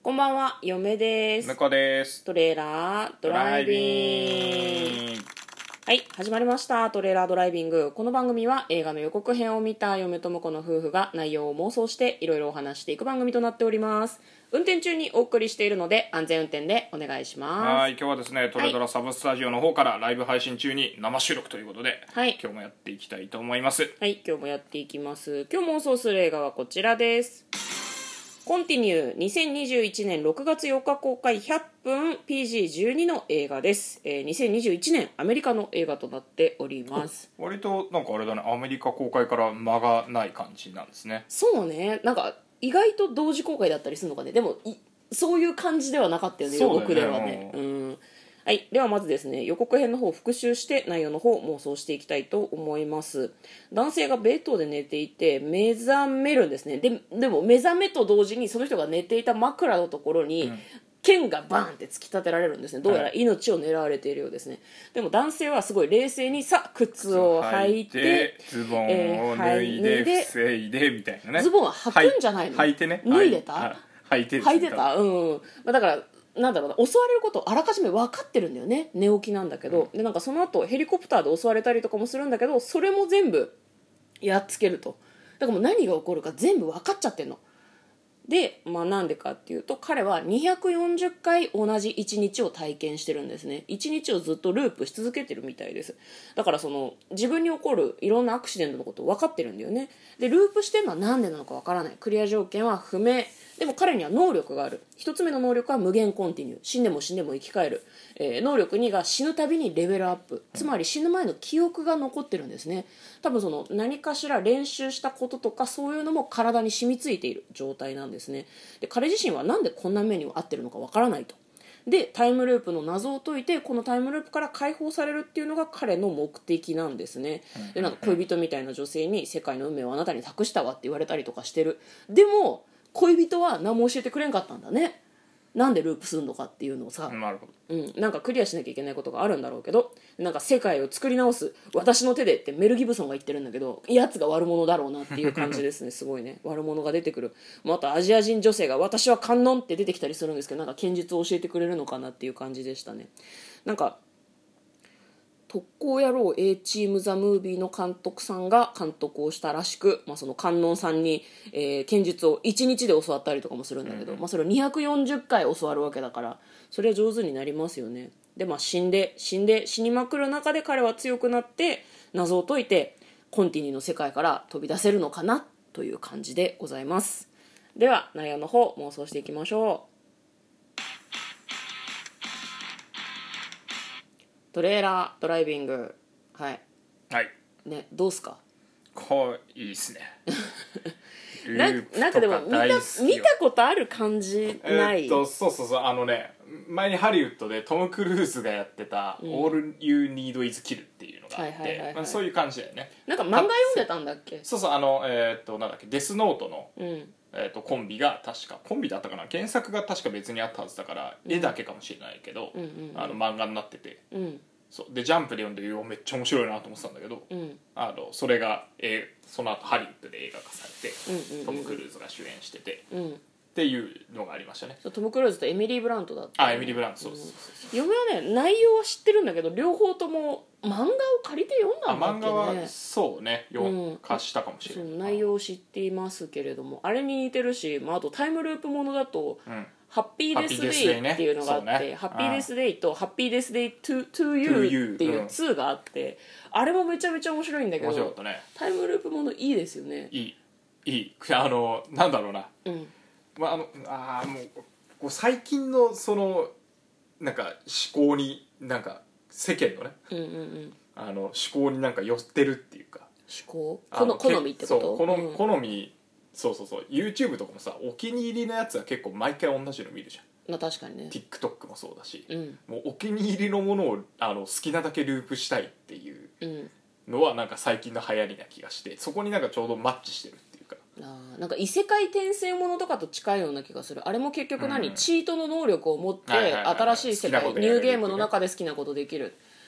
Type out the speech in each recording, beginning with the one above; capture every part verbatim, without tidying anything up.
こんばんは、嫁です。 向こうです。 トレーラードライビング。はい、始まりました。トレーラードライビング。この番組は映画の予告編を見た嫁と婿の夫婦が内容を妄想していろいろお話していく番組となっております。運転中にお送りしているので安全運転でお願いします。 はい、今日はですね、トレドラサブスタジオの方からライブ配信中に生収録ということで、はい、今日もやっていきたいと思います。 はい、今日もやっていきます。今日妄想する映画はこちらです。コンティニューにせんにじゅういちねんろくがつよっか公開ひゃっぷん ピージーじゅうに の映画です、えー、にせんにじゅういちねんアメリカの映画となっております。 割となんかあれだね、アメリカ公開から間がない感じなんですね。 そうね、なんか意外と同時公開だったりするのかね。でもそういう感じではなかったよね、予告ではね。うん、はい、ではまずですね、予告編の方を復習して内容の方を妄想していきたいと思います。男性がベッドで寝ていて目覚めるんですね。 で, でも目覚めと同時にその人が寝ていた枕のところに、うん、剣がバーンって突き立てられるんですね。どうやら命を狙われているようですね。でも男性はすごい冷静にさ靴を履いてズボンを脱いで、えー、防いでみたいなね。 ズボンは履くんじゃないの？ 履いてね。 脱いでた？ 履いて履いてた。うん。だからなんだろうな、襲われることをあらかじめ分かってるんだよね。寝起きなんだけど、うん、でなんかその後ヘリコプターで襲われたりとかもするんだけど、それも全部やっつけると。だからもう何が起こるか全部分かっちゃってんので、まあ、なんでかっていうと、彼はにひゃくよんじゅっかい同じいちにちを体験してるんですね。いちにちをずっとループし続けてるみたいです。だからその自分に起こるいろんなアクシデントのことを分かってるんだよね。でループしてるのはなんでなのか分からない。クリア条件は不明。でも彼には能力がある。一つ目の能力は無限コンティニュー。死んでも死んでも生き返る、えー、能力にが死ぬたびにレベルアップ。つまり死ぬ前の記憶が残ってるんですね。多分その何かしら練習したこととかそういうのも体に染みついている状態なんですね。で彼自身はなんでこんな目に遭ってるのかわからないと。でタイムループの謎を解いてこのタイムループから解放されるっていうのが彼の目的なんですね。でなんか恋人みたいな女性に世界の運命をあなたに託したわって言われたりとかしてる。でも恋人は何も教えてくれんかったんだね。なんでループするのかっていうのをさ、 なるほど、うん、なんかクリアしなきゃいけないことがあるんだろうけど、なんか世界を作り直す私の手でってメル・ギブソンが言ってるんだけど、やつが悪者だろうなっていう感じですね。すごいね、悪者が出てくる。またアジア人女性が私は観音って出てきたりするんですけど、なんか剣術を教えてくれるのかなっていう感じでしたね。なんか特攻野郎 A チームザムービーの監督さんが監督をしたらしく、まあ、その観音さんに、えー、剣術をいちにちで教わったりとかもするんだけど、うんまあ、それをにひゃくよんじゅっかい教わるわけだからそれは上手になりますよね。で、まあ、死んで死んで死にまくる中で彼は強くなって謎を解いてコンティニーの世界から飛び出せるのかなという感じでございます。では内容の方妄想していきましょう。トレーラードライビング。はいはいね、どうすか？ こういいっすねな, なんかでも見た見たことある感じない？ えー、っとそうそうそう、あのね、前にハリウッドでトム・クルーズがやってた「うん、All You Need Is Kill」っていうのがあってそういう感じだよね。 なんか漫画読んでたんだっけ？ そうそう、あのえー、っとなんだっけ、デスノートの、うんえー、とコンビが確かコンビだったかな、原作が確か別にあったはずだから、うん、絵だけかもしれないけど、うんうんうん、あの漫画になってて、うん、そうでジャンプで読んでめっちゃ面白いなと思ってたんだけど、うん、あのそれが、えー、その後ハリウッドで映画化されて、うんうんうん、トム・クルーズが主演してて、うん、っていうのがありましたね。 トム・クルーズとエミリー・ブラントだった、 ね、あエミリー・ブラント、そうです、 うん、嫁はね内容は知ってるんだけど両方とも漫画を借りて読んだんだっけね。 あ漫画はそうね、うん、貸したかもしれない。 そう内容を知っていますけれどもあれに似てるし、まあ、あとタイムループものだと、うんハッピーデスデイっていうのがあって、ね、ハッピーデスデイとハッピーデスデイ to, to you っていうツーがあって、うん、あれもめちゃめちゃ面白いんだけど、面白かったね。タイムループものいいですよね。 いいいいあのなんだろうな、うんまあ、あのあもうこう最近のそのなんか思考になんか世間のね、うんうんうん、あの思考になんか寄ってるっていうか、 思考この好みってこと？ そうこの、うん、好みそうそうそう YouTube とかもさお気に入りのやつは結構毎回同じの見るじゃん。 まあ確かにね。 TikTok もそうだし、うん、もうお気に入りのものをあの好きなだけループしたいっていうのはなんか最近の流行りな気がして、そこになんかちょうどマッチしてるっていうか、 あなんか異世界転生ものとかと近いような気がする。あれも結局何、うん、チートの能力を持って新しい世界、ニューゲームの中で好きなことできる。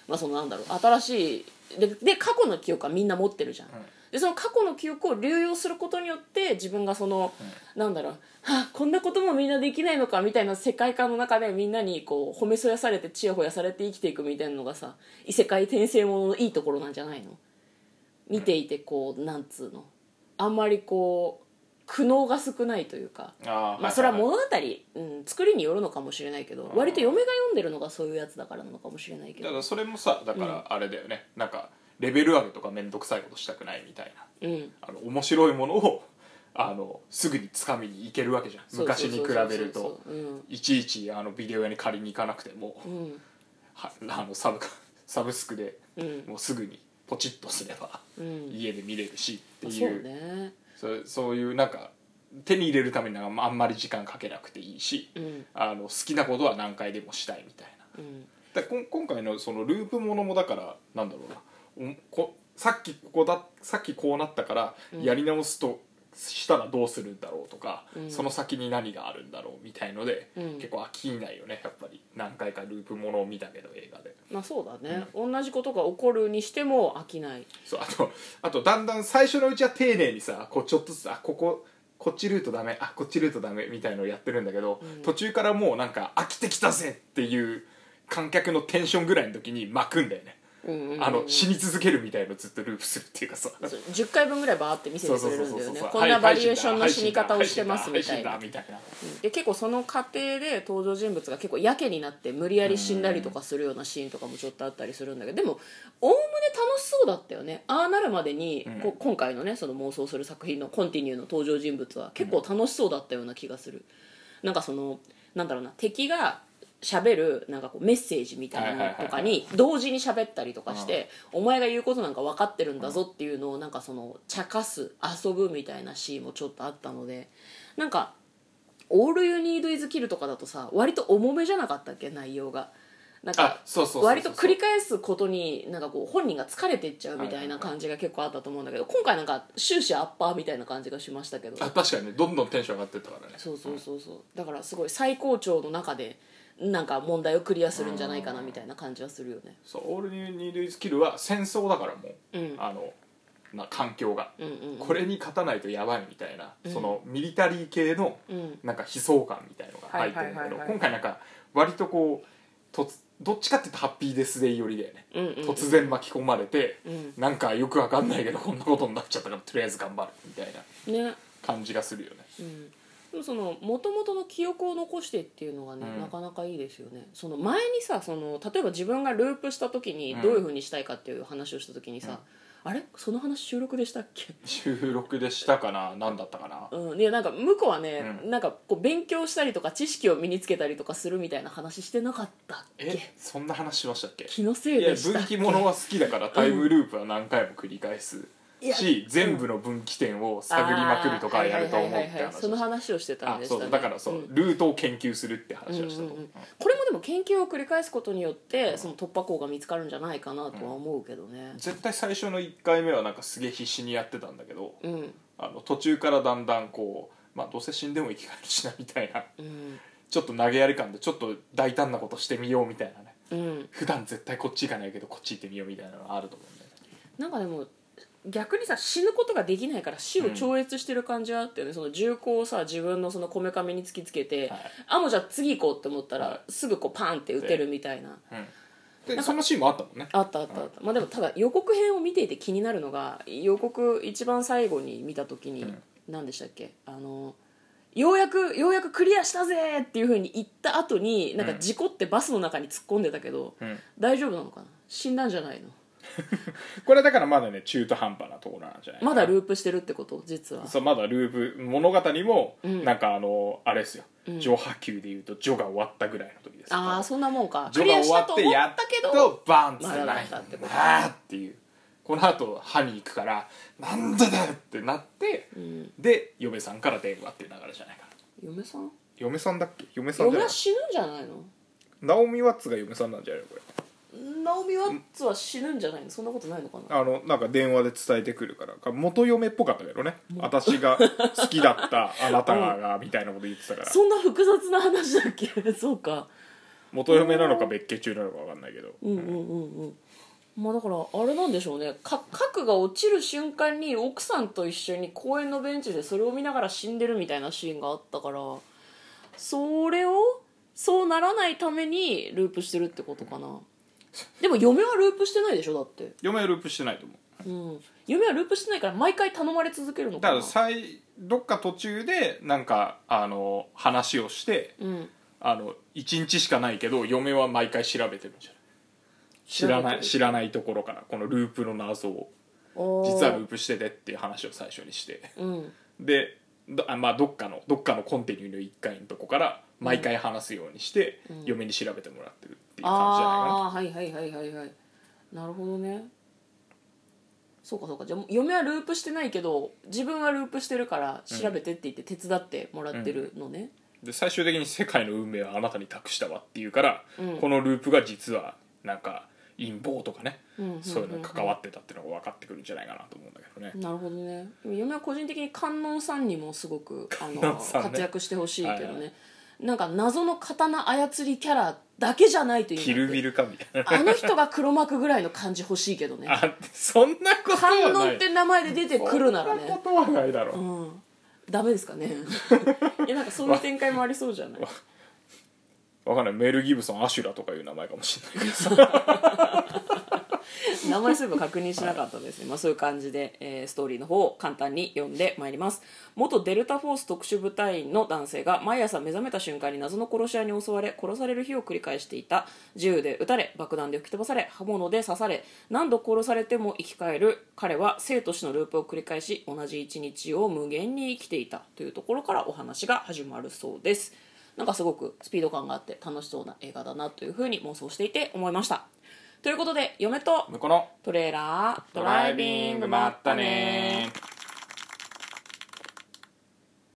まあそのなんだろう新しいでで過去の記憶はみんな持ってるじゃん、うん、でその過去の記憶を流用することによって自分がその、うん、なんだろう、はあ、こんなこともみんなできないのかみたいな世界観の中でみんなにこう褒めそやされてちやほやされて生きていくみたいなのがさ異世界転生もののいいところなんじゃないの。見ていてこうなんつうのあんまりこう苦悩が少ないというか、あ、まあ、それは物語、うん、作りによるのかもしれないけど割と嫁が読んでるのがそういうやつだからなのかもしれないけど、 だからそれもさだからあれだよね、うん、なんかレベル上げとか面倒くさいことしたくないみたいな、うん、あの面白いものをあのすぐに掴みに行けるわけじゃん。昔に比べるといちいちあのビデオ屋に借りに行かなくても、うん、はあのサブサブスクでもうすぐにポチッとすれば、うん、家で見れるしっていう、そうね、そ, そういうなんか手に入れるためにはあんまり時間かけなくていいし、うん、あの好きなことは何回でもしたいみたいな、うん、だこ今回のそのループものもだからなんだろうな、こさっきここださっきこうなったからやり直すとしたらどうするんだろうとか、うん、その先に何があるんだろうみたいので、うん、結構飽きないよねやっぱり。何回かループものを見たけど映画で、 まあそうだね、うん、同じことが起こるにしても飽きない。 そう、あとあとだんだん最初のうちは丁寧にさこうちょっとずつあこここっちルートダメあこっちルートダメみたいのをやってるんだけど、うん、途中からもうなんか飽きてきたぜっていう観客のテンションぐらいの時に巻くんだよね。うんうんうん、あの死に続けるみたいのずっとループするっていうかさじゅっかいぶんぐらいバーって見せてくれるんだよね。こんなバリエーションの死に方をしてますみたいな。で結構その過程で登場人物が結構やけになって無理やり死んだりとかするようなシーンとかもちょっとあったりするんだけど、でもおおむね楽しそうだったよね。ああなるまでに、うん、今回のねその妄想する作品のコンティニューの登場人物は結構楽しそうだったような気がする。なんかそのなんだろうな、敵が喋るなんかこうメッセージみたいなのとかに同時に喋ったりとかして、お前が言うことなんか分かってるんだぞっていうのをなんかその茶化す遊ぶみたいなシーンもちょっとあったので、なんか「All You Need Is Kill」とかだとさ割と重めじゃなかったっけ内容が。なんか割と繰り返すことになんかこう本人が疲れていっちゃうみたいな感じが結構あったと思うんだけど、今回なんか終始アッパーみたいな感じがしましたけど。 あ確かにね、どんどんテンション上がってったからね。 そうそうそうそう、だからすごい最高潮の中でなんか問題をクリアするんじゃないかなみたいな感じはするよね。 そう、オールニューニードイズキルは戦争だからもう、うん、あのな環境が、うんうんうん、これに勝たないとやばいみたいな、うん、そのミリタリー系のなんか悲壮感みたいのが入ってるんだけど、今回なんか割とこうとどっちかっていうとハッピーデスデイ寄りだよね、うんうんうん、突然巻き込まれて、うん、なんかよくわかんないけどこんなことになっちゃったからとりあえず頑張るみたいな感じがするよね。 うんでもその元々の記憶を残してっていうのがね、うん、なかなかいいですよね。その前にさその例えば自分がループした時にどういう風にしたいかっていう話をした時にさ、うん、あれその話収録でしたっけ？ 収録でしたかな、何だったかな。 うん、でなんか向こうはね、うん、なんかこう勉強したりとか知識を身につけたりとかするみたいな話してなかったっけ？ えそんな話しましたっけ？ 気のせいでしたっけ？ いや分岐ものは好きだからタイムループは何回も繰り返す。うんし全部の分岐点を探りまくるとかやると思うって話、 その話をしてたんでしたね。 そうだからそう、うん、ルートを研究するって話をしたと、うんうんうん、 これもでも研究を繰り返すことによって、うん、その突破口が見つかるんじゃないかなとは思うけどね、 うん、絶対最初のいっかいめはなんかすげえ必死にやってたんだけど、うん、あの途中からだんだんこう、まあ、どうせ死んでも生き返るしなみたいな、うん、ちょっと投げやり感でちょっと大胆なことしてみようみたいなね、うん、普段絶対こっち行かないけどこっち行ってみようみたいなのがあると思うんだよね。 なんかでも逆にさ死ぬことができないから死を超越してる感じはあったよね、うん、その銃口をさ自分のそのこめかみに突きつけて、はい、あもうじゃあ次行こうって思ったら、はい、すぐこうパンって撃てるみたいな、 うん、でそのシーンもあったもんね。 あったあったあった、うん、まあでもただ予告編を見ていて気になるのが予告一番最後に見た時に、うん、何でしたっけあのようやくようやくクリアしたぜっていう風に言った後になんか事故ってバスの中に突っ込んでたけど、うん、大丈夫なのかな、死んだんじゃないのこれだからまだね中途半端なところなんじゃないかな。 まだループしてるってこと実は。 そうまだループ物語も、うん、なんかあのあれですよ、うん、ジョ波球でいうとジョが終わったぐらいの時です。 ああそんなもんか。 ジョが終わってやっとバンってない、ま、あーっていうこの後歯に行くからなんでだよってなって、うん、で嫁さんから電話っていう流れじゃないかな。 嫁さん嫁さんだっけ嫁さんじゃない。 嫁は死ぬんじゃないの。 ナオミ・ワッツが嫁さんなんじゃないのこれ。 ナオミ・ワッツは死ぬんじゃないの、そんなことないのかな。 あのなんか電話で伝えてくるから元嫁っぽかったけどね、私が好きだったあなたがみたいなこと言ってたから、 そんな複雑な話だっけそうか。 元嫁なのか別居中なのか分かんないけど、 うんうんうんうん、まあだからあれなんでしょうね、か核が落ちる瞬間に奥さんと一緒に公園のベンチでそれを見ながら死んでるみたいなシーンがあったから、それをそうならないためにループしてるってことかな。でも嫁はループしてないでしょ、だって。 嫁はループしてないと思う、 うん、嫁はループしてないから毎回頼まれ続けるのかな。 だから最どっか途中でなんかあの話をして、うん、あのいちにちしかないけど嫁は毎回調べてるんじゃない、知らない知らないところからこのループの謎を実はループしててっていう話を最初にして、うん、でど,、まあ、どっかのどっかのコンティニューのいっかいのとこから毎回話すようにして、うん、嫁に調べてもらってるっていう感じじゃないかな。 ああはいはいはいはいはい、なるほどね。そうかそうか、じゃあ嫁はループしてないけど自分はループしてるから調べてって言って手伝ってもらってるのね、 うん、で最終的に世界の運命はあなたに託したわっていうから、うん、このループが実はなんか陰謀とかね、うんうんうんうん、そういうのに関わってたっていうのが分かってくるんじゃないかなと思うんだけどね。 なるほどね。嫁は個人的に観音さんにもすごくあの、ね、活躍してほしいけどね、はいはい、なんか謎の刀操りキャラだけじゃないというキルビルかみたいなあの人が黒幕ぐらいの感じ欲しいけどね。 あ、そんなことはない。 観音って名前で出てくるならね。 そんなことはないだろう、 うん、ダメですかねいやなんかそういう展開もありそうじゃない。 わかんない、メル・ギブソン・アシュラとかいう名前かもしれないけど名前すれば確認しなかったですね、はい、まあ、そういう感じで、えー、ストーリーの方を簡単に読んでまいります。元デルタフォース特殊部隊員の男性が毎朝目覚めた瞬間に謎の殺し屋に襲われ殺される日を繰り返していた。銃で撃たれ爆弾で吹き飛ばされ刃物で刺され何度殺されても生き返る彼は生と死のループを繰り返し同じ一日を無限に生きていたというところからお話が始まるそうです。なんかすごくスピード感があって楽しそうな映画だなというふうに妄想していて思いました。ということで嫁と向こうのトレーラードライビングまったね。